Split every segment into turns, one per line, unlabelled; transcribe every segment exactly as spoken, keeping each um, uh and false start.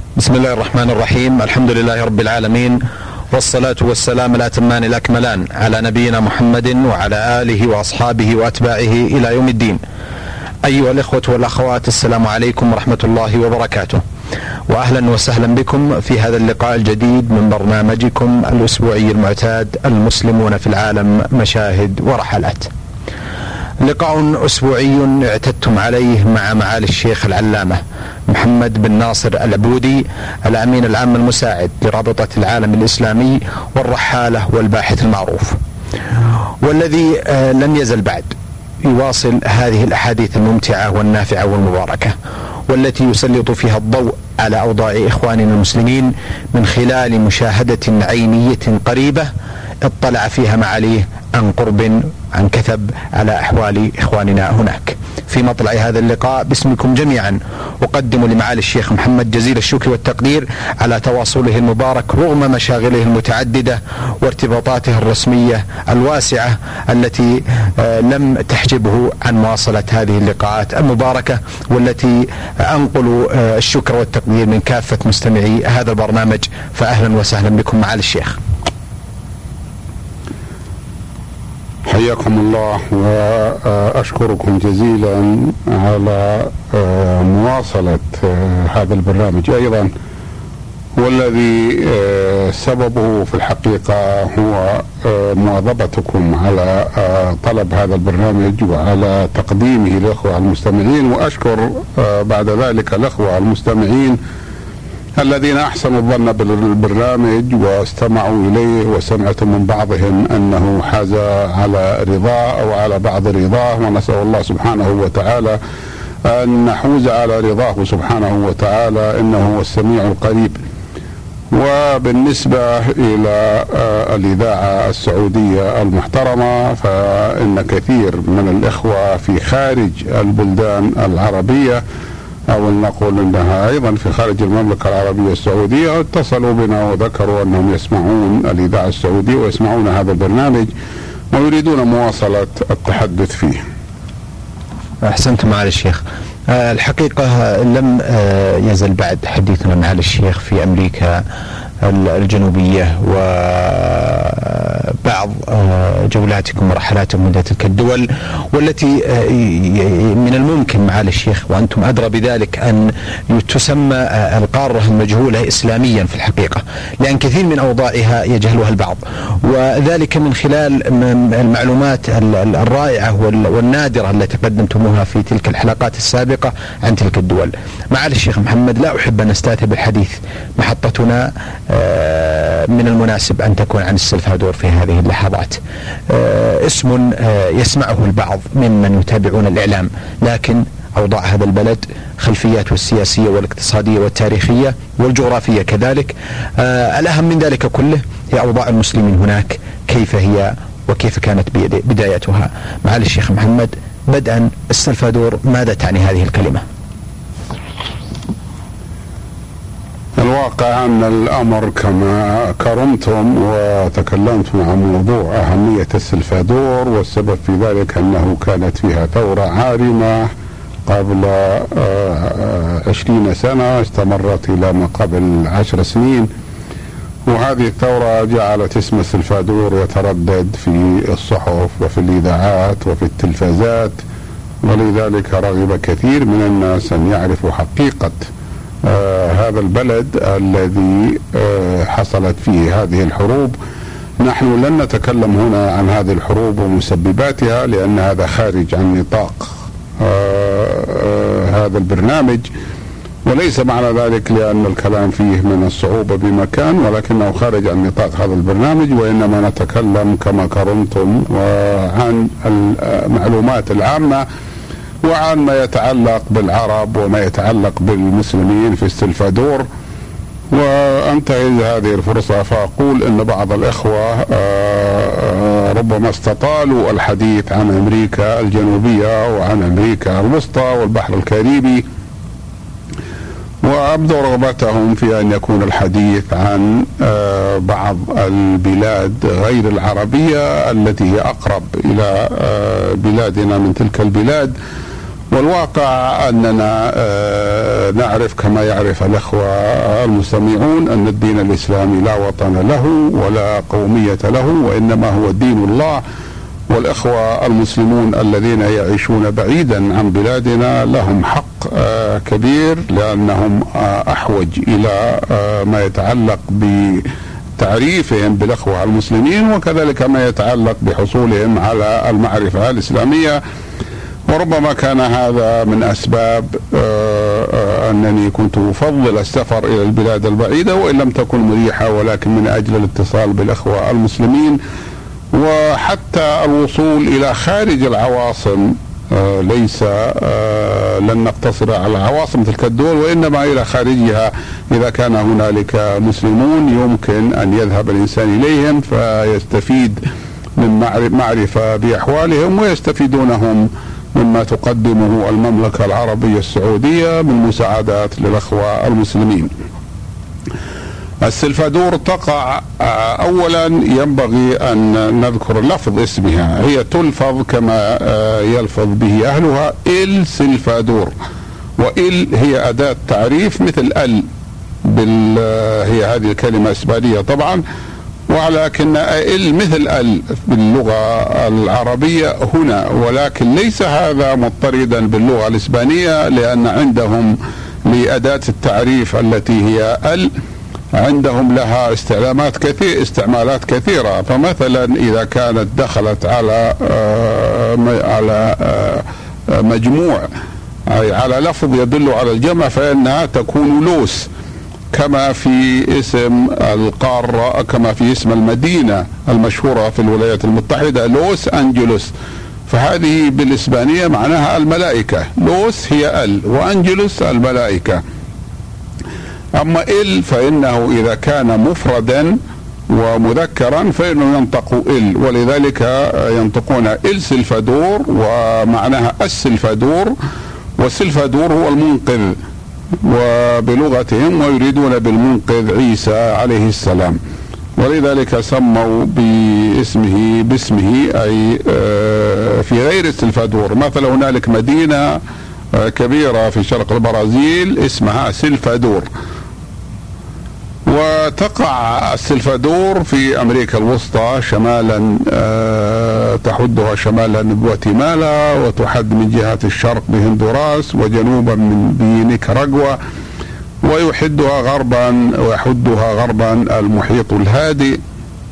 بسم الله الرحمن الرحيم. الحمد لله رب العالمين، والصلاة والسلام الأتمان الأكملان على نبينا محمد وعلى آله وأصحابه وأتباعه إلى يوم الدين. أيها الإخوة والأخوات، السلام عليكم ورحمة الله وبركاته، وأهلا وسهلا بكم في هذا اللقاء الجديد من برنامجكم الأسبوعي المعتاد المسلمون في العالم مشاهد ورحلات. لقاء أسبوعي اعتدتم عليه مع معالي الشيخ العلامة محمد بن ناصر العبودي، الأمين العام المساعد لرابطة العالم الإسلامي والرحالة والباحث المعروف، والذي لم يزل بعد يواصل هذه الأحاديث الممتعة والنافعة والمباركة، والتي يسلط فيها الضوء على أوضاع إخواننا المسلمين من خلال مشاهدة عينية قريبة اطلع فيها معاليه عن قرب عن كثب على أحوال إخواننا هناك. في مطلع هذا اللقاء باسمكم جميعا أقدم لمعالي الشيخ محمد جزيل الشكر والتقدير على تواصله المبارك رغم مشاغله المتعددة وارتباطاته الرسمية الواسعة التي لم تحجبه عن مواصلة هذه اللقاءات المباركة، والتي أنقل الشكر والتقدير من كافة مستمعي هذا البرنامج. فأهلا وسهلا بكم معالي الشيخ.
حياكم الله، وأشكركم جزيلا على مواصلة هذا البرنامج أيضا، والذي سببه في الحقيقة هو مواظبتكم على طلب هذا البرنامج وعلى تقديمه للإخوة المستمعين. وأشكر بعد ذلك الإخوة المستمعين الذين أحسنوا الظن بالبرنامج واستمعوا إليه، وسمعت من بعضهم أنه حاز على رضاه أو على بعض رضاه، ونسأل الله سبحانه وتعالى أن نحوز على رضاه سبحانه وتعالى، إنه هو السميع القريب. وبالنسبة إلى الإذاعة السعودية المحترمة، فإن كثير من الإخوة في خارج البلدان العربية، أو نقول أنها أيضا في خارج المملكة العربية السعودية، اتصلوا بنا وذكروا أنهم يسمعون الإذاعة السعودية ويسمعون هذا البرنامج ويريدون مواصلة التحدث فيه.
أحسنتم معالي الشيخ. أه الحقيقة لم أه يزل بعد حديثنا معالي الشيخ في أمريكا الجنوبية وبعض جولاتكم ورحلاتكم من تلك الدول، والتي من الممكن معالي الشيخ وأنتم أدرى بذلك أن تسمى القارة المجهولة إسلاميا في الحقيقة، لأن كثير من أوضاعها يجهلها البعض، وذلك من خلال المعلومات الرائعة والنادرة التي قدمتموها في تلك الحلقات السابقة عن تلك الدول. معالي الشيخ محمد، لا أحب أن أستاتب الحديث، محطتنا من المناسب أن تكون عن السلفادور في هذه اللحظات. اسم يسمعه البعض ممن يتابعون الإعلام، لكن أوضاع هذا البلد، خلفياته السياسية والاقتصادية والتاريخية والجغرافية كذلك، الأهم من ذلك كله هي أوضاع المسلمين هناك، كيف هي وكيف كانت بدايتها. معالي الشيخ محمد، بدءا السلفادور، ماذا تعني هذه الكلمة؟
الواقع أن الأمر كما كرمتم وتكلمتم عن موضوع أهمية السلفادور، والسبب في ذلك أنه كانت فيها ثورة عارمة قبل عشرين سنة استمرت إلى ما قبل عشر سنين، وهذه الثورة جعلت اسم السلفادور يتردد في الصحف وفي الإذاعات وفي التلفازات، ولذلك رغب كثير من الناس أن يعرفوا حقيقة آه هذا البلد الذي آه حصلت فيه هذه الحروب. نحن لن نتكلم هنا عن هذه الحروب ومسبباتها، لأن هذا خارج عن نطاق آه آه هذا البرنامج، وليس معنى ذلك لأن الكلام فيه من الصعوبة بمكان، ولكنه خارج عن نطاق هذا البرنامج، وإنما نتكلم كما كرمتم وعن المعلومات العامة وعن ما يتعلق بالعرب وما يتعلق بالمسلمين في السلفادور. وأنتهز هذه الفرصة فأقول أن بعض الإخوة ربما استطالوا الحديث عن أمريكا الجنوبية وعن أمريكا الوسطى والبحر الكاريبي، وأبدوا رغبتهم في أن يكون الحديث عن بعض البلاد غير العربية التي هي أقرب إلى بلادنا من تلك البلاد. والواقع أننا نعرف كما يعرف الأخوة المستمعون أن الدين الإسلامي لا وطن له ولا قومية له، وإنما هو دين الله. والإخوة المسلمون الذين يعيشون بعيدا عن بلادنا لهم حق كبير، لأنهم أحوج إلى ما يتعلق بتعريفهم بالأخوة المسلمين، وكذلك ما يتعلق بحصولهم على المعرفة الإسلامية. وربما كان هذا من أسباب أنني كنت أفضل السفر إلى البلاد البعيدة وإن لم تكن مريحة، ولكن من أجل الاتصال بالأخوة المسلمين، وحتى الوصول إلى خارج العواصم. ليس لن نقتصر على عواصم تلك الدول، وإنما إلى خارجها إذا كان هنالك مسلمون يمكن أن يذهب الإنسان إليهم فيستفيد من معرفة بأحوالهم، ويستفيدونهم مما تقدمه المملكة العربية السعودية من مساعدات للأخوة المسلمين. السلفادور تقع أولا ينبغي أن نذكر لفظ اسمها، هي تلفظ كما يلفظ به أهلها إل سلفادور، وإل هي أداة تعريف مثل ال بال هي هذه الكلمة إسبانية طبعا، ولكن ال مثل ال باللغة العربية هنا، ولكن ليس هذا مضطردا باللغة الإسبانية، لأن عندهم لأداة التعريف التي هي ال عندهم لها استعلامات كثير استعمالات كثيرة. فمثلا إذا كانت دخلت على على مجموع أي على لفظ يدل على الجمع فإنها تكون لوس، كما في اسم القارة، كما في اسم المدينة المشهورة في الولايات المتحدة لوس أنجلوس، فهذه بالإسبانية معناها الملائكة. لوس هي ال، وأنجلوس الملائكة. أما إل فإنه إذا كان مفردا ومذكرا فإنه ينطق إل، ولذلك ينطقون إل سلفادور، ومعناها السلفادور، والسلفادور هو المنقذ وبلغتهم، ويريدون بالمنقذ عيسى عليه السلام، ولذلك سموا باسمه باسمه أي في غير السلفادور. مثلا هنالك مدينة كبيرة في شرق البرازيل اسمها سلفادور، وتقع السلفادور في أمريكا الوسطى شمالا، تحدها شمالا بغواتيمالا، وتحد من جهة الشرق بهندوراس، وجنوبا من بنيكاراغوا، ويحدها غربا ويحدها غربا المحيط الهادي.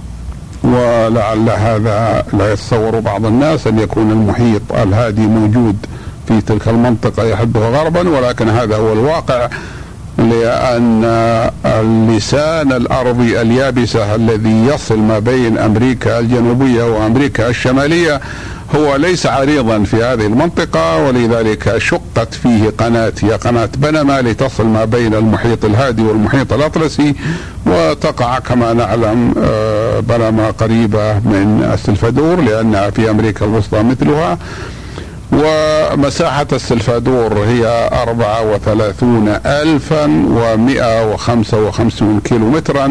ولعل هذا لا يتصور بعض الناس أن يكون المحيط الهادي موجود في تلك المنطقة يحدها غربا، ولكن هذا هو الواقع، لأن اللسان الأرضي اليابسة الذي يصل ما بين أمريكا الجنوبية وأمريكا الشمالية هو ليس عريضا في هذه المنطقة، ولذلك شقت فيه قناة هي قناة بنما لتصل ما بين المحيط الهادي والمحيط الأطلسي، وتقع كما نعلم بنما قريبة من السلفادور لأنها في أمريكا الوسطى مثلها. ومساحة السلفادور هي أربعة وثلاثون ألفا ومئة وخمسة وخمسين كيلو مترا،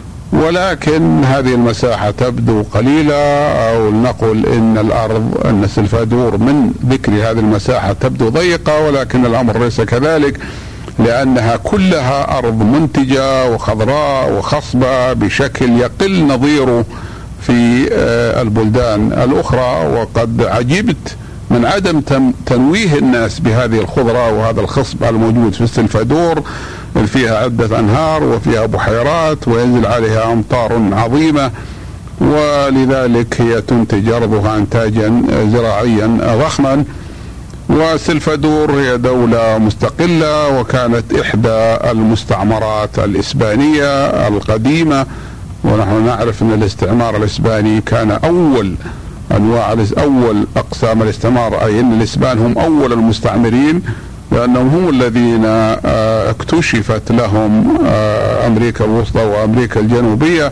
ولكن هذه المساحة تبدو قليلة، أو نقول إن الأرض أن السلفادور من ذكر هذه المساحة تبدو ضيقة، ولكن الأمر ليس كذلك، لأنها كلها أرض منتجة وخضراء وخصبة بشكل يقل نظيره في البلدان الأخرى. وقد عجبت من عدم تنويه الناس بهذه الخضرة وهذا الخصب الموجود في السلفادور، فيها عدة أنهار وفيها بحيرات وينزل عليها أمطار عظيمة، ولذلك هي تنتج أرضها إنتاجا زراعيا ضخما. والسلفادور هي دولة مستقلة، وكانت إحدى المستعمرات الإسبانية القديمة، ونحن نعرف أن الاستعمار الإسباني كان أول أنواع أول أقسام الاستعمار، أي أن الإسبان هم أول المستعمرين، لأنهم هم الذين اكتشفت لهم أمريكا الوسطى وأمريكا الجنوبية.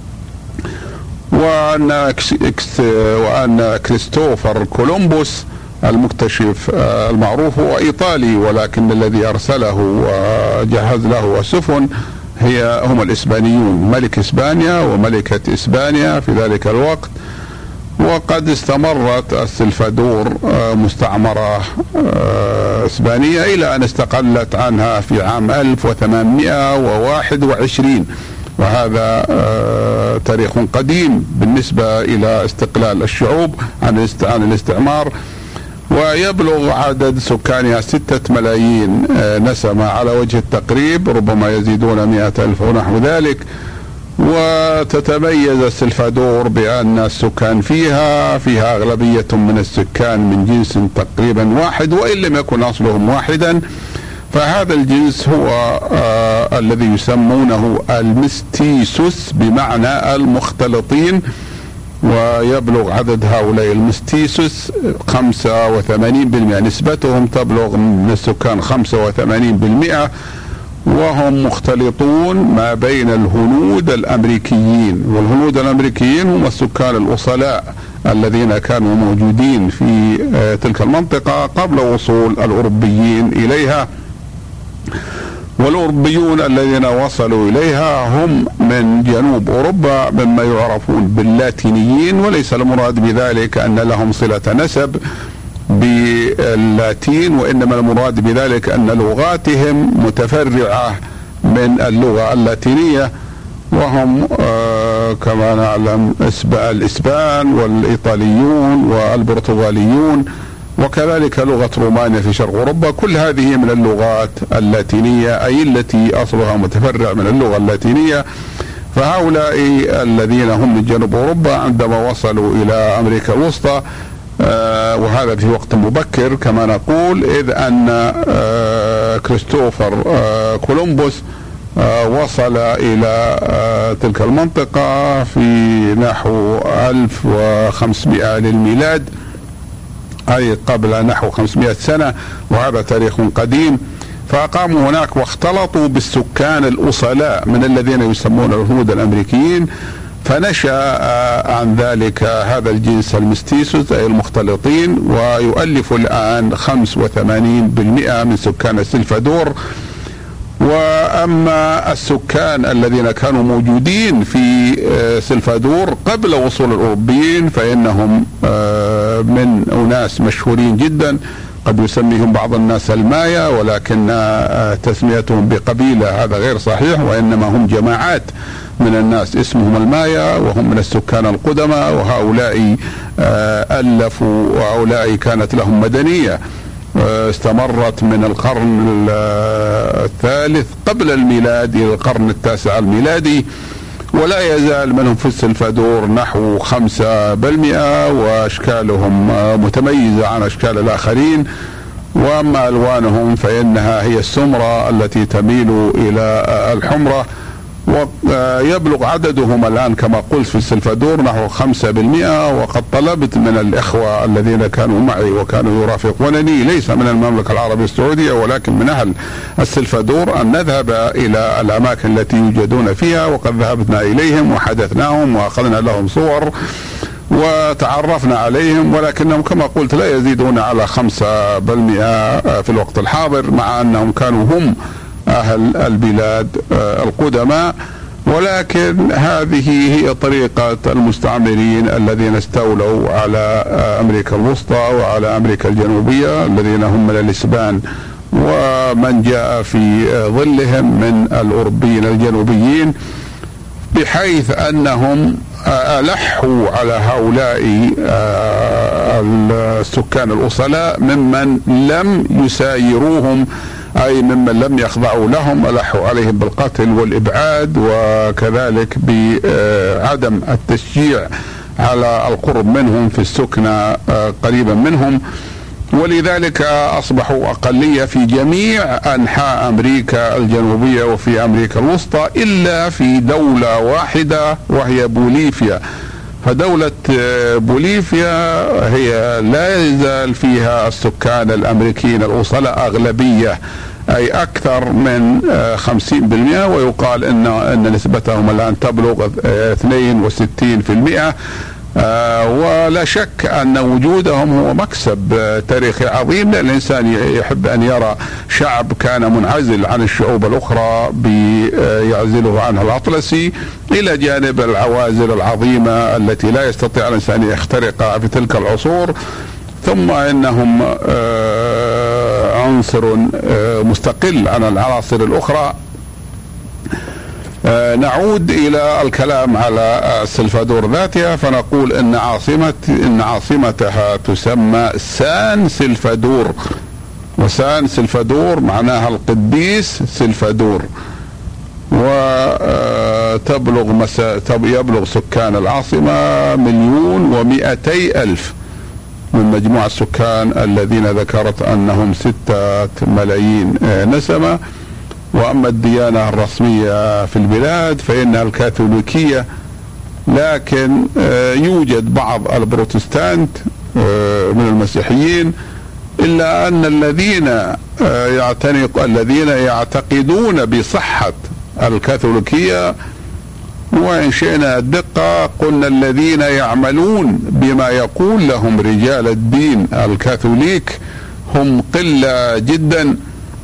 وأن وأن كريستوفر كولومبوس المكتشف المعروف هو إيطالي، ولكن الذي أرسله وجهز له السفن هي هم الإسبانيون، ملك إسبانيا وملكة إسبانيا في ذلك الوقت. وقد استمرت السلفادور مستعمرة إسبانية إلى أن استقلت عنها في عام ألف وثمانمائة وواحد وعشرين، وهذا تاريخ قديم بالنسبة إلى استقلال الشعوب عن الاستعمار. ويبلغ عدد سكانها ستة ملايين نسمة على وجه التقريب، ربما يزيدون مئة ألف ونحو ذلك. وتتميز السلفادور بأن السكان فيها فيها أغلبية من السكان من جنس تقريبا واحد، وإن لم يكن أصلهم واحدا، فهذا الجنس هو آه الذي يسمونه المستيسوس بمعنى المختلطين. ويبلغ عدد هؤلاء المستيسوس خمسة وثمانين بالمئة، نسبتهم تبلغ من السكان خمسة وثمانين بالمئة، وهم مختلطون ما بين الهنود الأمريكيين. والهنود الأمريكيين هم السكان الأصلاء الذين كانوا موجودين في تلك المنطقة قبل وصول الأوروبيين إليها. والأوروبيون الذين وصلوا إليها هم من جنوب أوروبا مما يعرفون باللاتينيين، وليس المراد بذلك أن لهم صلة نسب باللاتين، وإنما المراد بذلك أن لغاتهم متفرعة من اللغة اللاتينية، وهم آه كما نعلم الإسبان والإيطاليون والبرتغاليون، وكذلك لغة رومانيا في شرق أوروبا. كل هذه من اللغات اللاتينية، أي التي أصلها متفرع من اللغة اللاتينية. فهؤلاء الذين هم من جنوب أوروبا عندما وصلوا إلى أمريكا الوسطى، آه وهذا في وقت مبكر كما نقول، إذ أن آه كريستوفر آه كولومبوس آه وصل إلى آه تلك المنطقة في نحو ألف وخمسمائة للميلاد، أي قبل نحو خمسمائة سنة، وهذا تاريخ قديم. فأقاموا هناك واختلطوا بالسكان الأصلاء من الذين يسمون الهنود الأمريكيين، فنشأ عن ذلك هذا الجنس المستيسوس أي المختلطين، ويؤلف الآن خمسة وثمانين بالمئة من سكان السلفادور. وأما السكان الذين كانوا موجودين في سلفادور قبل وصول الأوروبيين فإنهم من أناس مشهورين جدا، قد يسميهم بعض الناس المايا، ولكن تسميتهم بقبيلة هذا غير صحيح، وإنما هم جماعات من الناس اسمهم المايا، وهم من السكان القدماء، وهؤلاء ألفوا، وهؤلاء كانت لهم مدنية استمرت من القرن الثالث قبل الميلاد إلى القرن التاسع الميلادي، ولا يزال منهم في السلفادور نحو خمسة بالمئة، وأشكالهم متميزة عن أشكال الآخرين. وأما ألوانهم فإنها هي السمرة التي تميل إلى الحمرة. ويبلغ عددهم الآن كما قلت في السلفادور نحو خمسة بالمئة. وقد طلبت من الإخوة الذين كانوا معي وكانوا يرافقونني، ليس من المملكة العربية السعودية ولكن من أهل السلفادور، أن نذهب إلى الأماكن التي يوجدون فيها، وقد ذهبنا إليهم وحدثناهم وأخذنا لهم صور وتعرفنا عليهم، ولكنهم كما قلت لا يزيدون على خمسة بالمئة في الوقت الحاضر، مع أنهم كانوا هم أهل البلاد القدماء. ولكن هذه هي طريقة المستعمرين الذين استولوا على أمريكا الوسطى وعلى أمريكا الجنوبية، الذين هم من الإسبان ومن جاء في ظلهم من الأوروبيين الجنوبيين، بحيث أنهم ألحوا على هؤلاء السكان الأصلاء ممن لم يسايروهم، أي ممن لم يخضعوا لهم، ألحوا عليهم بالقتل والإبعاد، وكذلك بعدم التشجيع على القرب منهم في السكنة قريبا منهم. ولذلك أصبحوا أقلية في جميع أنحاء أمريكا الجنوبية وفي أمريكا الوسطى، إلا في دولة واحدة وهي بوليفيا. فدولة بوليفيا هي لا يزال فيها السكان الأمريكيين الأصلاء أغلبية، أي أكثر من خمسين بالمئة، ويقال إن, إن نسبتهم الآن تبلغ اثنين وستين بالمئة. آه ولا شك أن وجودهم هو مكسب آه تاريخي عظيم، لأن الإنسان يحب أن يرى شعب كان منعزل عن الشعوب الأخرى يعزله عنها الأطلسي، إلى جانب العوازل العظيمة التي لا يستطيع الإنسان أن يخترقها في تلك العصور، ثم إنهم آه عنصر آه مستقل عن العناصر الأخرى. آه نعود إلى الكلام على السلفادور ذاتها، فنقول إن عاصمة إن عاصمتها تسمى سان سلفادور، وسان سلفادور معناها القديس سلفادور، وتبلغ مسا... يبلغ سكان العاصمة مليون ومئتي ألف من مجموع السكان الذين ذكرت أنهم ستة ملايين نسمة. وأما الديانة الرسمية في البلاد فإنها الكاثوليكية، لكن يوجد بعض البروتستانت من المسيحيين، إلا أن الذين يعتنق الذين يعتقدون بصحة الكاثوليكية، وإن شئنا الدقة قلنا الذين يعملون بما يقول لهم رجال الدين الكاثوليك، هم قلة جدا،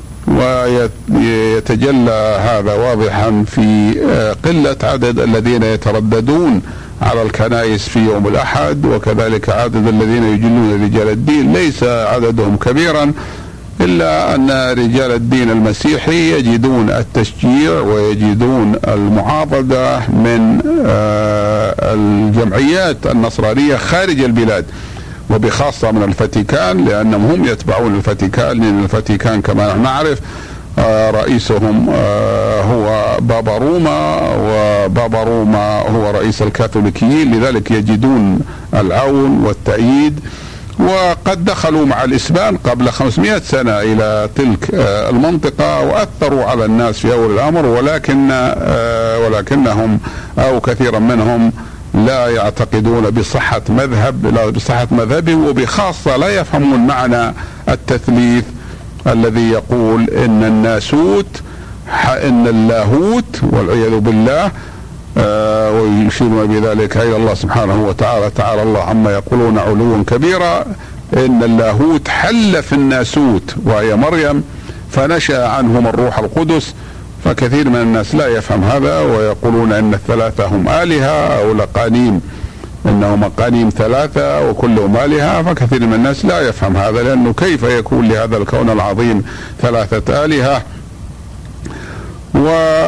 ويتجلى هذا واضحا في قلة عدد الذين يترددون على الكنائس في يوم الأحد، وكذلك عدد الذين يجلون رجال الدين ليس عددهم كبيرا، إلا أن رجال الدين المسيحي يجدون التشجيع ويجدون المعاضدة من الجمعيات النصرانية خارج البلاد، وبخاصة من الفاتيكان، لأنهم هم يتبعون الفاتيكان، لأن الفاتيكان كما نعرف رئيسهم هو بابا روما، وبابا روما هو رئيس الكاثوليكيين، لذلك يجدون العون والتأييد. وقد دخلوا مع الإسبان قبل خمسمائة سنة إلى تلك المنطقة وأثروا على الناس في أول الأمر، ولكن ولكنهم أو كثيرا منهم لا يعتقدون بصحة مذهب لا بصحة مذهبه، وبخاصة لا يفهمون معنى التثليث الذي يقول إن الناسوت إن اللاهوت والعياذ بالله، آه ويشيرون بذلك إلى الله سبحانه وتعالى، تعالى الله عما يقولون علوا كبيرا، إن اللاهوت حل في الناسوت وهي مريم فنشأ عنهم الروح القدس. فكثير من الناس لا يفهم هذا، ويقولون ان الثلاثة هم آلهة او لقانيم، انهم اقانيم ثلاثة وكلهم آلهة. فكثير من الناس لا يفهم هذا، لانه كيف يكون لهذا الكون العظيم ثلاثة آلهة؟ و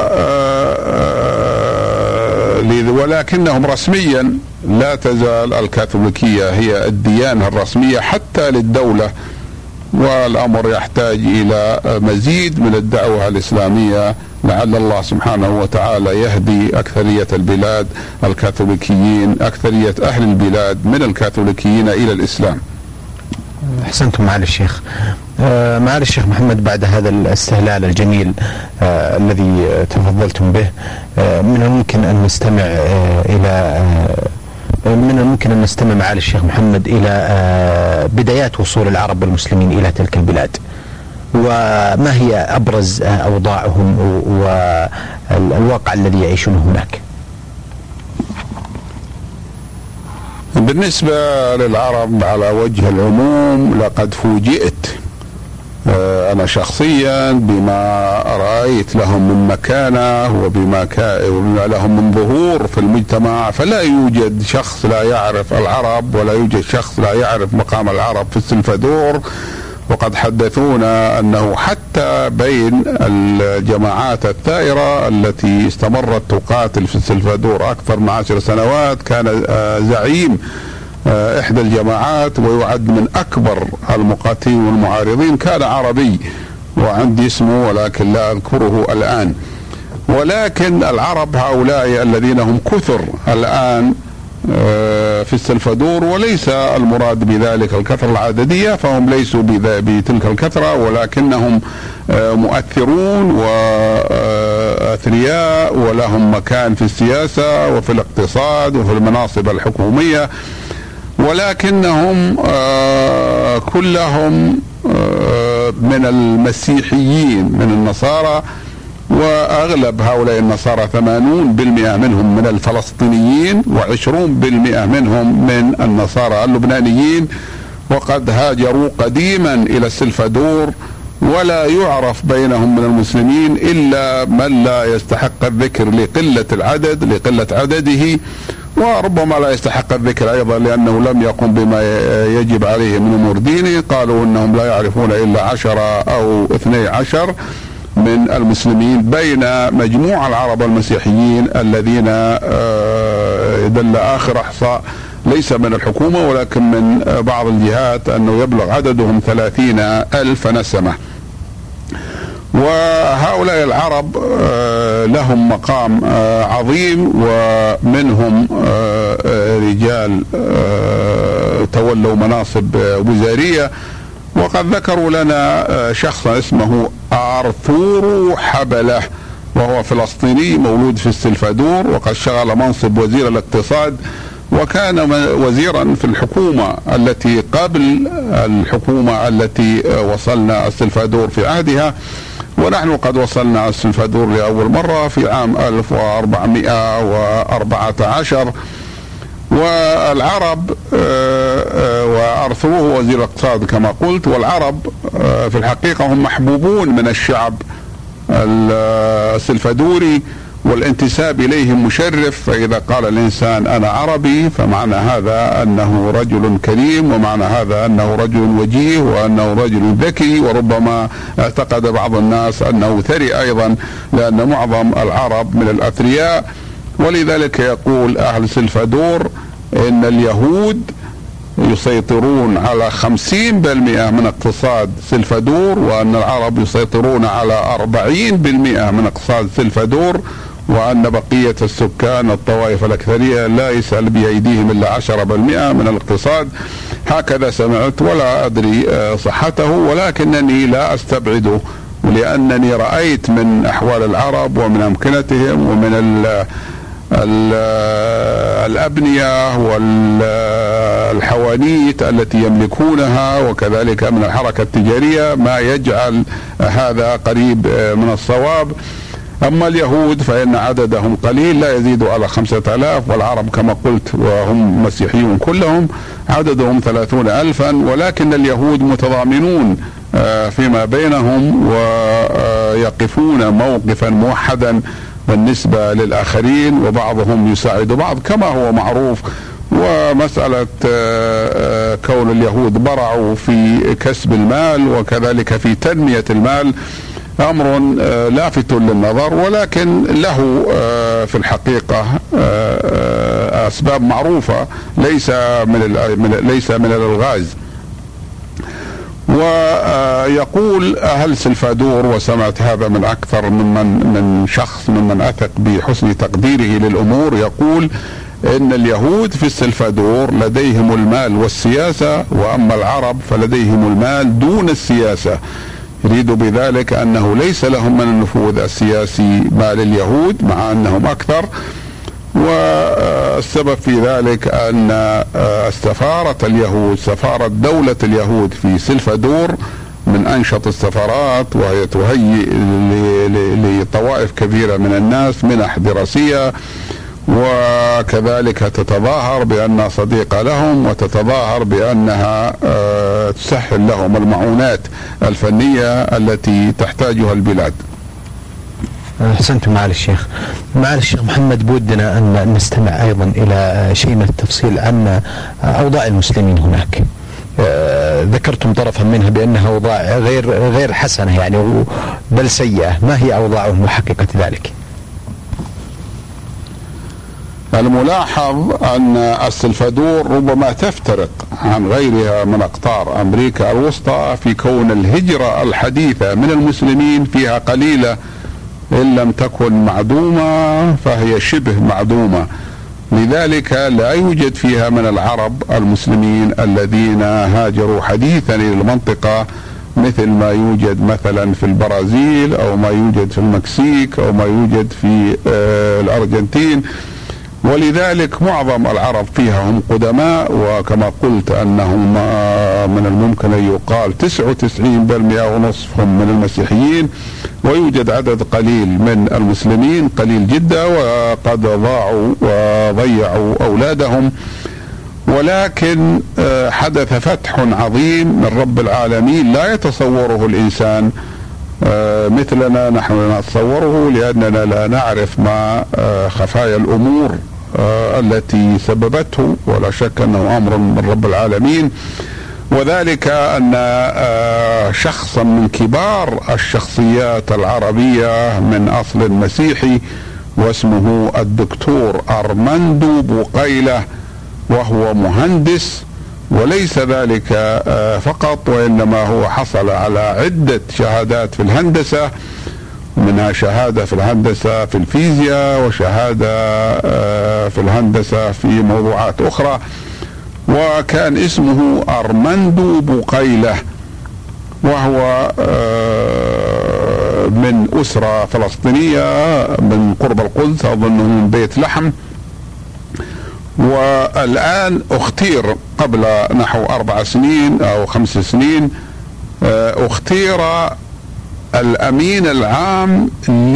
ولكنهم رسميا لا تزال الكاثوليكية هي الديانة الرسمية حتى للدولة، والأمر يحتاج إلى مزيد من الدعوة الإسلامية، لعل الله سبحانه وتعالى يهدي أكثرية البلاد الكاثوليكيين، أكثرية أهل البلاد من الكاثوليكيين إلى الإسلام.
أحسنتم معالي الشيخ. آه معالي الشيخ محمد، بعد هذا الاستهلال الجميل آه الذي تفضلتم به، آه من الممكن أن نستمع آه إلى آه من الممكن أن نستمع معالي الشيخ محمد إلى بدايات وصول العرب والمسلمين إلى تلك البلاد، وما هي أبرز أوضاعهم والواقع الذي يعيشونه هناك.
بالنسبة للعرب على وجه العموم، لقد فوجئت أنا شخصيا بما رأيت لهم من مكانة وبما لهم من ظهور في المجتمع. فلا يوجد شخص لا يعرف العرب، ولا يوجد شخص لا يعرف مقام العرب في السلفادور. وقد حدثونا أنه حتى بين الجماعات الثائرة التي استمرت تقاتل في السلفادور أكثر من عشر سنوات، كان زعيم إحدى الجماعات ويعد من أكبر المقاتلين والمعارضين كان عربي، وعندي اسمه ولكن لا أذكره الآن. ولكن العرب هؤلاء الذين هم كثر الآن في السلفادور، وليس المراد بذلك الكثرة العددية، فهم ليسوا بتلك الكثرة، ولكنهم مؤثرون وأثرياء ولهم مكان في السياسة وفي الاقتصاد وفي المناصب الحكومية، ولكنهم كلهم من المسيحيين من النصارى، وأغلب هؤلاء النصارى ثمانون بالمئة منهم من الفلسطينيين وعشرون بالمئة منهم من النصارى اللبنانيين، وقد هاجروا قديما إلى السلفادور، ولا يعرف بينهم من المسلمين إلا من لا يستحق الذكر لقلة العدد لقلة عدده، وربما لا يستحق الذكر أيضا لأنه لم يقم بما يجب عليه من أمور دينه. قالوا أنهم لا يعرفون إلا عشرة أو اثني عشر من المسلمين بين مجموع العرب المسيحيين الذين دل آخر إحصاء ليس من الحكومة ولكن من بعض الجهات أنه يبلغ عددهم ثلاثين ألف نسمة. وهؤلاء العرب لهم مقام عظيم، ومنهم رجال تولوا مناصب وزارية، وقد ذكروا لنا شخصا اسمه آرثور حبلة، وهو فلسطيني مولود في السلفادور، وقد شغل منصب وزير الاقتصاد، وكان وزيرا في الحكومة التي قبل الحكومة التي وصلنا السلفادور في عهدها، ونحن قد وصلنا السلفادور لأول مرة في عام ألف وأربعمائة وأربعة عشر. والعرب وأرثوه وزير الاقتصاد كما قلت، والعرب في الحقيقة هم محبوبون من الشعب السلفادوري، والانتساب إليهم مشرف. فإذا قال الإنسان أنا عربي فمعنى هذا أنه رجل كريم، ومعنى هذا أنه رجل وجيه، وأنه رجل ذكي، وربما اعتقد بعض الناس أنه ثري أيضا، لأن معظم العرب من الأثرياء. ولذلك يقول أهل سلفادور إن اليهود يسيطرون على خمسين بالمئة من اقتصاد سلفادور، وأن العرب يسيطرون على أربعين بالمئة من اقتصاد سلفادور، وأن بقية السكان الطوائف الأكثرية لا يسأل بأيديهم إلا عشرة بالمئة من الاقتصاد. هكذا سمعت ولا أدري صحته، ولكنني لا أستبعده، لأنني رأيت من أحوال العرب ومن أمكنتهم ومن ال الأبنية والحوانيت التي يملكونها، وكذلك من الحركة التجارية، ما يجعل هذا قريب من الصواب. أما اليهود فإن عددهم قليل لا يزيد على خمسة آلاف، والعرب كما قلت وهم مسيحيون كلهم عددهم ثلاثون ألفا، ولكن اليهود متضامنون فيما بينهم ويقفون موقفا موحدا بالنسبة للآخرين، وبعضهم يساعد بعض كما هو معروف. ومسألة كون اليهود برعوا في كسب المال وكذلك في تنمية المال أمر لافت للنظر، ولكن له في الحقيقة أسباب معروفة ليس من ليس من الألغاز. ويقول أهل سلفادور، وسمعت هذا من أكثر ممن من شخص ممن أثق بحسن تقديره للأمور، يقول إن اليهود في السلفادور لديهم المال والسياسة، وأما العرب فلديهم المال دون السياسة. يريد بذلك أنه ليس لهم من النفوذ السياسي ما لليهود مع أنهم أكثر. والسبب في ذلك أن سفارة اليهود سفارة دولة اليهود في سلفادور من أنشط السفارات، وهي تهيئ لطوائف كثيرة من الناس منح دراسية، وكذلك تتظاهر بأنها صديقة لهم، وتتظاهر بأنها تسهل لهم المعونات الفنية التي تحتاجها البلاد.
أحسنتم معالي الشيخ. معالي الشيخ محمد، بودنا أن نستمع أيضا إلى شيء من التفصيل عن أوضاع المسلمين هناك. ذكرتم طرفا منها بأنها أوضاع غير غير حسنة يعني بل سيئة، ما هي أوضاعهم وحقيقة ذلك؟
الملاحظ أن السلفادور ربما تفترق عن غيرها من أقطار أمريكا الوسطى في كون الهجرة الحديثة من المسلمين فيها قليلة، إن لم تكن معدومة فهي شبه معدومة. لذلك لا يوجد فيها من العرب المسلمين الذين هاجروا حديثا إلى المنطقة مثل ما يوجد مثلا في البرازيل أو ما يوجد في المكسيك أو ما يوجد في الأرجنتين. ولذلك معظم العرب فيها هم قدماء، وكما قلت أنهم من الممكن أن يقال تسعة وتسعين بالمئة ونصف هم من المسيحيين، ويوجد عدد قليل من المسلمين قليل جدا، وقد ضاعوا وضيعوا أولادهم. ولكن حدث فتح عظيم من رب العالمين لا يتصوره الإنسان مثلنا، نحن نتصوره لأننا لا نعرف ما خفايا الأمور التي سببته، ولا شك أنه أمر من رب العالمين. وذلك أن شخصا من كبار الشخصيات العربية من أصل مسيحي واسمه الدكتور أرمندو بوقيلة، وهو مهندس، وليس ذلك فقط وإنما هو حصل على عدة شهادات في الهندسة، منها شهادة في الهندسة في الفيزياء، وشهادة في الهندسة في موضوعات أخرى، وكان اسمه أرمندو بوقيلة، وهو من أسرة فلسطينية من قرب القدس، أظنه من بيت لحم. والآن اختير قبل نحو أربع سنين أو خمس سنين اختير الأمين العام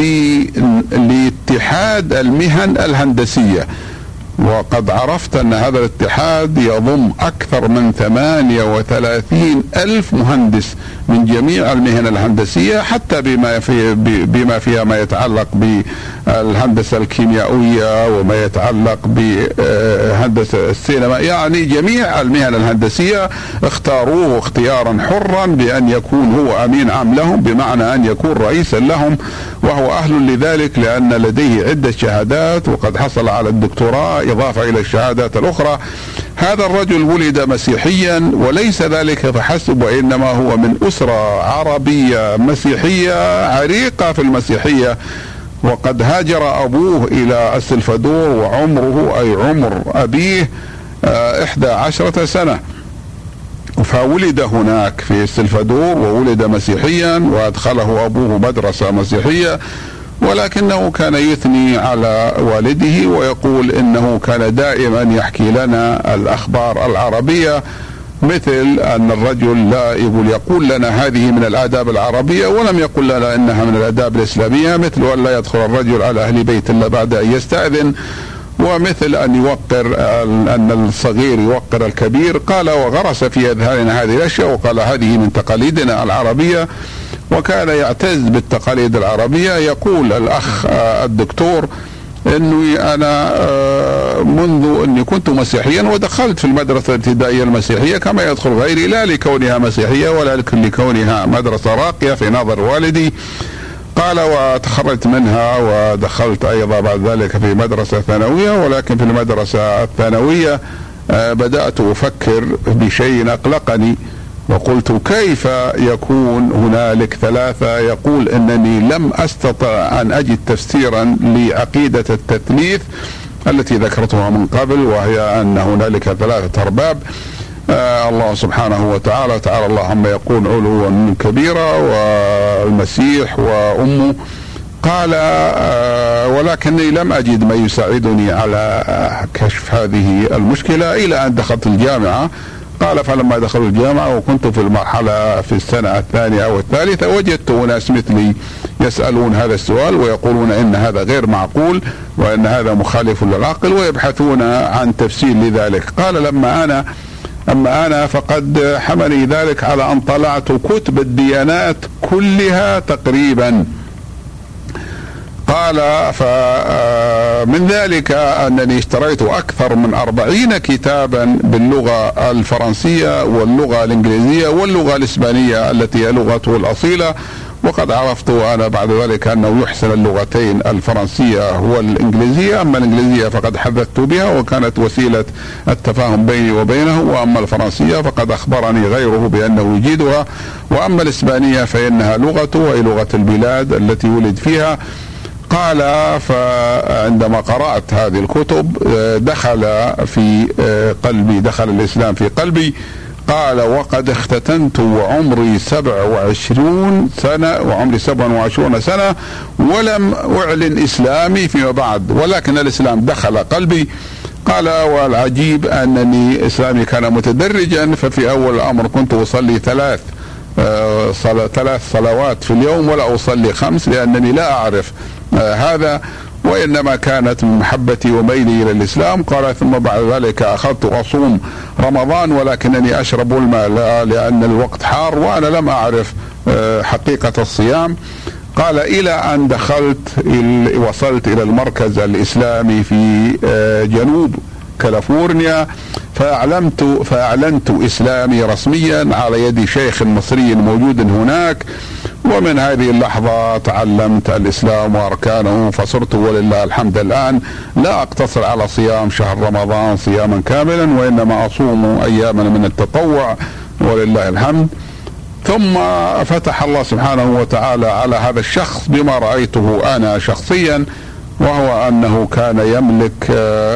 لاتحاد المهن الهندسية، وقد عرفت أن هذا الاتحاد يضم أكثر من ثمانية وثلاثين ألف مهندس من جميع المهن الهندسية، حتى بما في بما فيها ما يتعلق بالهندسة الكيميائية وما يتعلق بهندسة السينما، يعني جميع المهن الهندسية اختاروه اختيارا حرا بأن يكون هو أمين عام لهم، بمعنى أن يكون رئيسا لهم، وهو أهل لذلك لأن لديه عدة شهادات وقد حصل على الدكتوراه إضافة إلى الشهادات الأخرى. هذا الرجل ولد مسيحيا، وليس ذلك فحسب، وإنما هو من أسرة عربية مسيحية عريقة في المسيحية، وقد هاجر أبوه إلى السلفادور وعمره أي عمر أبيه إحدى عشرة سنة، فولد هناك في السلفادور وولد مسيحيا، وأدخله أبوه مدرسة مسيحية، ولكنه كان يثني على والده ويقول إنه كان دائما يحكي لنا الأخبار العربية، مثل أن الرجل لا يقول يقول لنا هذه من الآداب العربية، ولم يقل لنا إنها من الآداب الإسلامية، مثل أن لا يدخل الرجل على أهل بيت إلا بعد أن يستأذن، ومثل أن يوقر أن الصغير يوقر الكبير. قال وغرس في أذهاننا هذه الأشياء، وقال هذه من تقاليدنا العربية، وكان يعتز بالتقاليد العربية. يقول الأخ الدكتور أني أنا منذ أني كنت مسيحيا ودخلت في المدرسة الابتدائية المسيحية كما يدخل غيري، لا لكونها مسيحية ولكن لكونها مدرسة راقية في نظر والدي. قال وتخرجت منها ودخلت أيضا بعد ذلك في مدرسة ثانوية، ولكن في المدرسة الثانوية بدأت أفكر بشيء أقلقني، وقلت كيف يكون هنالك ثلاثة؟ يقول إنني لم أستطع أن أجد تفسيرا لعقيدة التثليث التي ذكرتها من قبل، وهي أن هنالك ثلاثة أرباب، آه الله سبحانه وتعالى، تعالى الله عما يقول علوا كبيرا، والمسيح وأمه. قال آه ولكني لم أجد ما يساعدني على كشف هذه المشكلة إلى أن دخلت الجامعة. قال فلما دخلت الجامعة وكنت في المرحلة في السنة الثانية أو الثالثة، وجدت ناس مثلي يسألون هذا السؤال ويقولون إن هذا غير معقول وإن هذا مخالف للعقل، ويبحثون عن تفسير لذلك. قال لما أنا أما أنا فقد حملني ذلك على أن طلعت كتب الديانات كلها تقريبا. قال فمن ذلك أنني اشتريت أكثر من أربعين كتابا باللغة الفرنسية واللغة الإنجليزية واللغة الإسبانية التي هي لغته الأصيلة، وقد عرفت أنا بعد ذلك أنه يحسن اللغتين الفرنسية والإنجليزية. أما الإنجليزية فقد حدثت بها وكانت وسيلة التفاهم بيني وبينه، وأما الفرنسية فقد أخبرني غيره بأنه يجيدها، وأما الإسبانية فإنها لغته وهي لغة البلاد التي ولد فيها. قال فعندما قرأت هذه الكتب دخل في قلبي، دخل الإسلام في قلبي. قال وقد اختتنت وعمري سبع وعشرون سنة وعمري سبع وعشرون سنة ولم أعلن إسلامي فيما بعد، ولكن الإسلام دخل قلبي. قال والعجيب أنني إسلامي كان متدرجا، ففي أول الأمر كنت أصلي ثلاث آه صل... ثلاث صلوات في اليوم ولا أصلي خمس، لأنني لا أعرف آه هذا، وإنما كانت من محبتي وميلي إلى الإسلام. قال ثم بعد ذلك أخذت أصوم رمضان ولكنني أشرب الماء لأن الوقت حار وأنا لم أعرف حقيقة الصيام. قال إلى أن دخلت وصلت إلى المركز الإسلامي في جنوب كاليفورنيا، فأعلمت فأعلنت إسلامي رسميا على يد شيخ مصري موجود هناك، ومن هذه اللحظة تعلمت الإسلام وأركانه، فصرت ولله الحمد الآن لا أقتصر على صيام شهر رمضان صياما كاملا، وإنما أصوم أياما من التطوع ولله الحمد. ثم فتح الله سبحانه وتعالى على هذا الشخص بما رأيته أنا شخصيا، وهو أنه كان يملك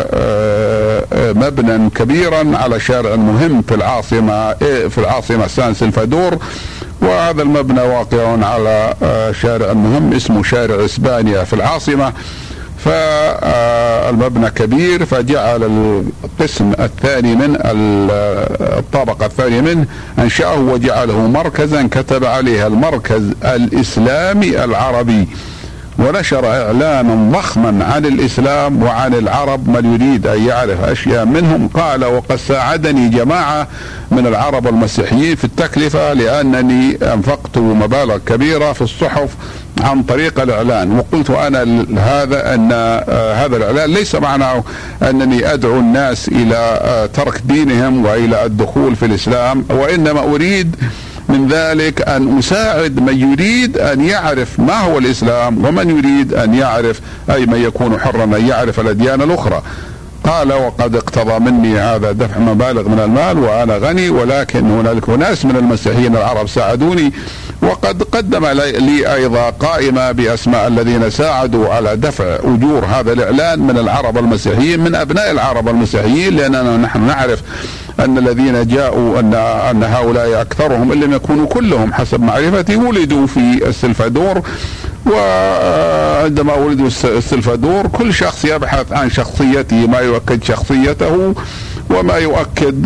مبنى كبيرا على شارع مهم في العاصمة في العاصمة سان سلفادور، وهذا المبنى واقع على شارع مهم اسمه شارع إسبانيا في العاصمة. فالمبنى كبير، فجعل القسم الثاني من الطابق الثاني منه أنشأه وجعله مركزا كتب عليها المركز الإسلامي العربي، ونشر إعلانا ضخما عن الإسلام وعن العرب من يريد أن يعرف أشياء منهم. قال وقد ساعدني جماعة من العرب المسيحيين في التكلفة، لأنني أنفقت مبالغ كبيرة في الصحف عن طريق الإعلان. وقلت أنا هذا أن هذا الإعلان ليس معناه أنني أدعو الناس إلى ترك دينهم وإلى الدخول في الإسلام، وإنما أريد من ذلك أن أساعد من يريد أن يعرف ما هو الإسلام، ومن يريد أن يعرف أي من يكون حرا أن يعرف الأديان الأخرى. قال وقد اقتضى مني هذا دفع مبالغ من المال وأنا غني، ولكن هنالك ناس من المسيحيين العرب ساعدوني، وقد قدم لي أيضا قائمة بأسماء الذين ساعدوا على دفع أجور هذا الإعلان من العرب المسيحيين، من أبناء العرب المسيحيين، لأننا نحن نعرف أن الذين جاءوا أن أن هؤلاء أكثرهم إن لم يكونوا كلهم حسب معرفتي ولدوا في السلفادور، وعندما ولدوا السلفادور كل شخص يبحث عن شخصيته، ما يؤكد شخصيته وما يؤكد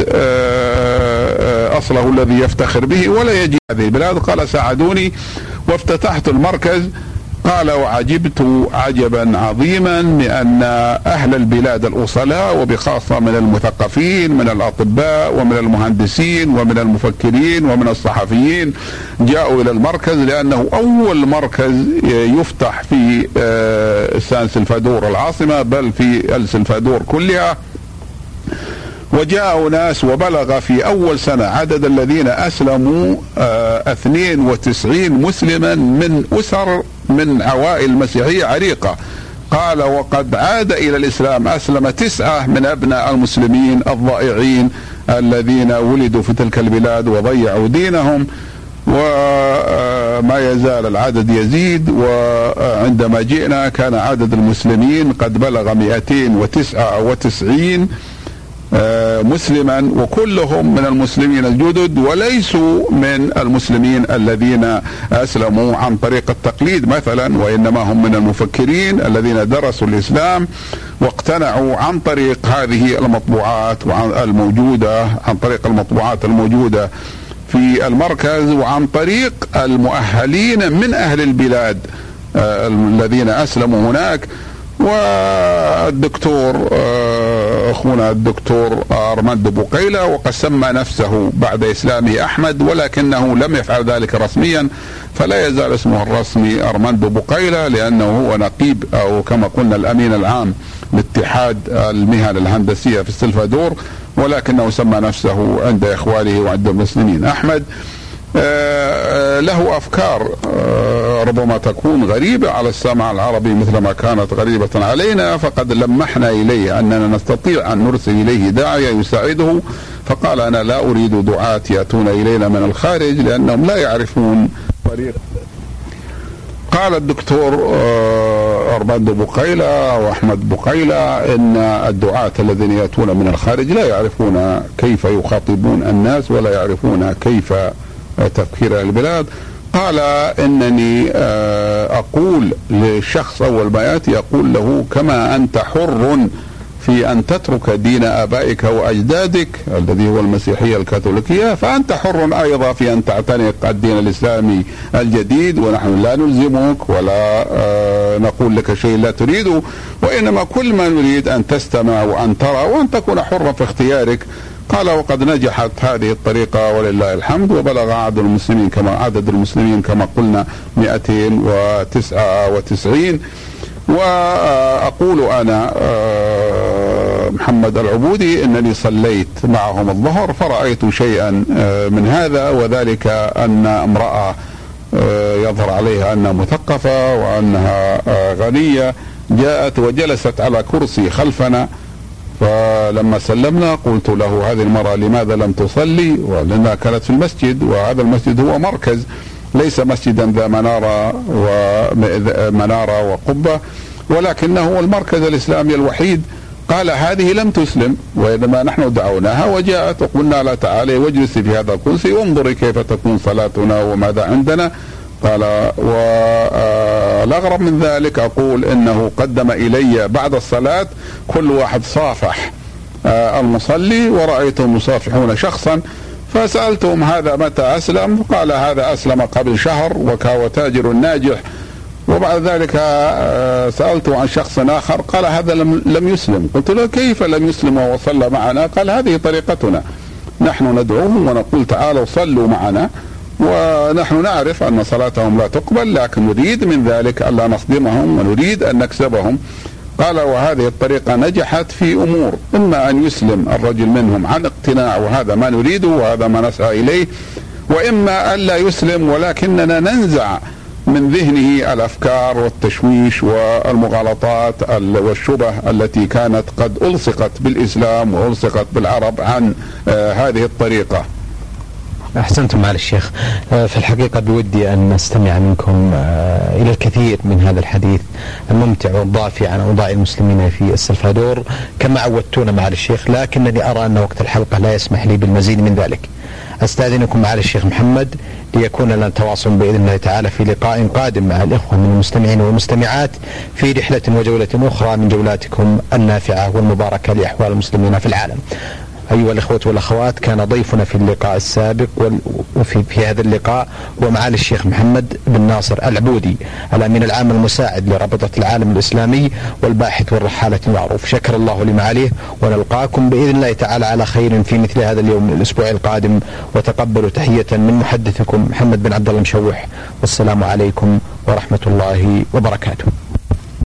أصله الذي يفتخر به، ولا يجي هذه البلاد. قال ساعدوني وافتتحت المركز. قال وعجبت عجبا عظيما لأن أهل البلاد الأصلاء وبخاصة من المثقفين من الأطباء ومن المهندسين ومن المفكرين ومن الصحفيين جاءوا إلى المركز، لأنه أول مركز يفتح في سان سلفادور العاصمة، بل في السلفادور كلها. وجاءوا ناس، وبلغ في أول سنة عدد الذين أسلموا اثنين وتسعين مسلما من أسر من عوائل مسيحية عريقة. قال وقد عاد إلى الإسلام أسلم تسعة من أبناء المسلمين الضائعين الذين ولدوا في تلك البلاد وضيعوا دينهم، وما يزال العدد يزيد. وعندما جئنا كان عدد المسلمين قد بلغ مئتين وتسعة وتسعين مسلما، وكلهم من المسلمين الجدد وليسوا من المسلمين الذين أسلموا عن طريق التقليد مثلا، وإنما هم من المفكرين الذين درسوا الإسلام واقتنعوا عن طريق هذه المطبوعات الموجودة عن طريق المطبوعات الموجودة في المركز، وعن طريق المؤهلين من أهل البلاد الذين أسلموا هناك. والدكتور اخونا الدكتور ارماندو بوقيلة، وقد سمى نفسه بعد اسلامه احمد، ولكنه لم يفعل ذلك رسميا، فلا يزال اسمه الرسمي ارماندو بوقيلة، لانه هو نقيب او كما قلنا الامين العام لاتحاد المهن الهندسية في السلفادور، ولكنه سمى نفسه عند اخوانه وعند المسلمين احمد. له أفكار ربما تكون غريبة على السمع العربي مثلما كانت غريبة علينا، فقد لمحنا إليه أننا نستطيع أن نرسل إليه داعية يساعده، فقال أنا لا أريد دعاة يأتون إلينا من الخارج لأنهم لا يعرفون طريق. قال الدكتور أرماندو بقيلة وأحمد بقيلة إن الدعاة الذين يأتون من الخارج لا يعرفون كيف يخاطبون الناس ولا يعرفون كيف تفكير البلاد. قال إنني أقول للشخص أول ما يأتي أقول له كما أنت حر في أن تترك دين آبائك وأجدادك الذي هو المسيحية الكاثوليكية، فأنت حر أيضا في أن تعتنق الدين الإسلامي الجديد، ونحن لا نلزمك ولا نقول لك شيء لا تريده، وإنما كل ما نريد أن تستمع وأن ترى وأن تكون حرا في اختيارك. قال وقد نجحت هذه الطريقة ولله الحمد، وبلغ عدد المسلمين كما عدد المسلمين كما قلنا مئتين وتسعة وتسعين. وأقول أنا محمد العبودي إنني صليت معهم الظهر فرأيت شيئا من هذا، وذلك أن امرأة يظهر عليها أنها مثقفة وأنها غنية جاءت وجلست على كرسي خلفنا، فلما سلمنا قلت له هذه المرأة لماذا لم تصلي؟ ولأنها كانت في المسجد، وهذا المسجد هو مركز ليس مسجدا ذا منارة ومنارة وقبة، ولكنه المركز الإسلامي الوحيد. قال هذه لم تسلم، وإنما نحن دعوناها وجاءت وقلنا لا تعالي واجلسي في هذا الكرسي وانظري كيف تكون صلاتنا وماذا عندنا. قال والأغرب من ذلك أقول إنه قدم إلي بعد الصلاة كل واحد صافح المصلي، ورأيتهم يصافحون شخصا، فسألتهم هذا متى أسلم؟ قال هذا أسلم قبل شهر وكان تاجر ناجح. وبعد ذلك سألته عن شخص آخر قال هذا لم, لم يسلم. قلت له كيف لم يسلم وصلى معنا؟ قال هذه طريقتنا، نحن ندعوهم ونقول تعالوا صلوا معنا، ونحن نعرف أن صلاتهم لا تقبل، لكن نريد من ذلك ألا نصدمهم ونريد أن نكسبهم. قال وهذه الطريقة نجحت في أمور، إما أن يسلم الرجل منهم عن اقتناع وهذا ما نريده وهذا ما نسعى إليه، وإما أن لا يسلم ولكننا ننزع من ذهنه الأفكار والتشويش والمغالطات والشبه التي كانت قد ألصقت بالإسلام وألصقت بالعرب عن آه هذه الطريقة.
أحسنتم معالي الشيخ. في الحقيقة بودي أن نستمع منكم إلى الكثير من هذا الحديث الممتع والضافي عن أوضاع المسلمين في السلفادور كما عودتونا معالي الشيخ، لكنني أرى أن وقت الحلقة لا يسمح لي بالمزيد من ذلك. أستأذنكم معالي الشيخ محمد ليكون لنا تواصل بإذن الله تعالى في لقاء قادم مع الإخوة من المستمعين والمستمعات في رحلة وجولة أخرى من جولاتكم النافعة والمباركة لأحوال المسلمين في العالم. أيها الإخوة والأخوات، كان ضيفنا في اللقاء السابق وفي في هذا اللقاء هو معالي الشيخ محمد بن ناصر العبودي، الأمين العام المساعد لرابطة العالم الإسلامي والباحث والرحالة المعروف. شكر الله لمعاليه، ونلقاكم بإذن الله تعالى على خير في مثل هذا اليوم من الأسبوع القادم، وتقبلوا تحية من محدثكم محمد بن عبد الله مشوح، والسلام عليكم ورحمة الله وبركاته.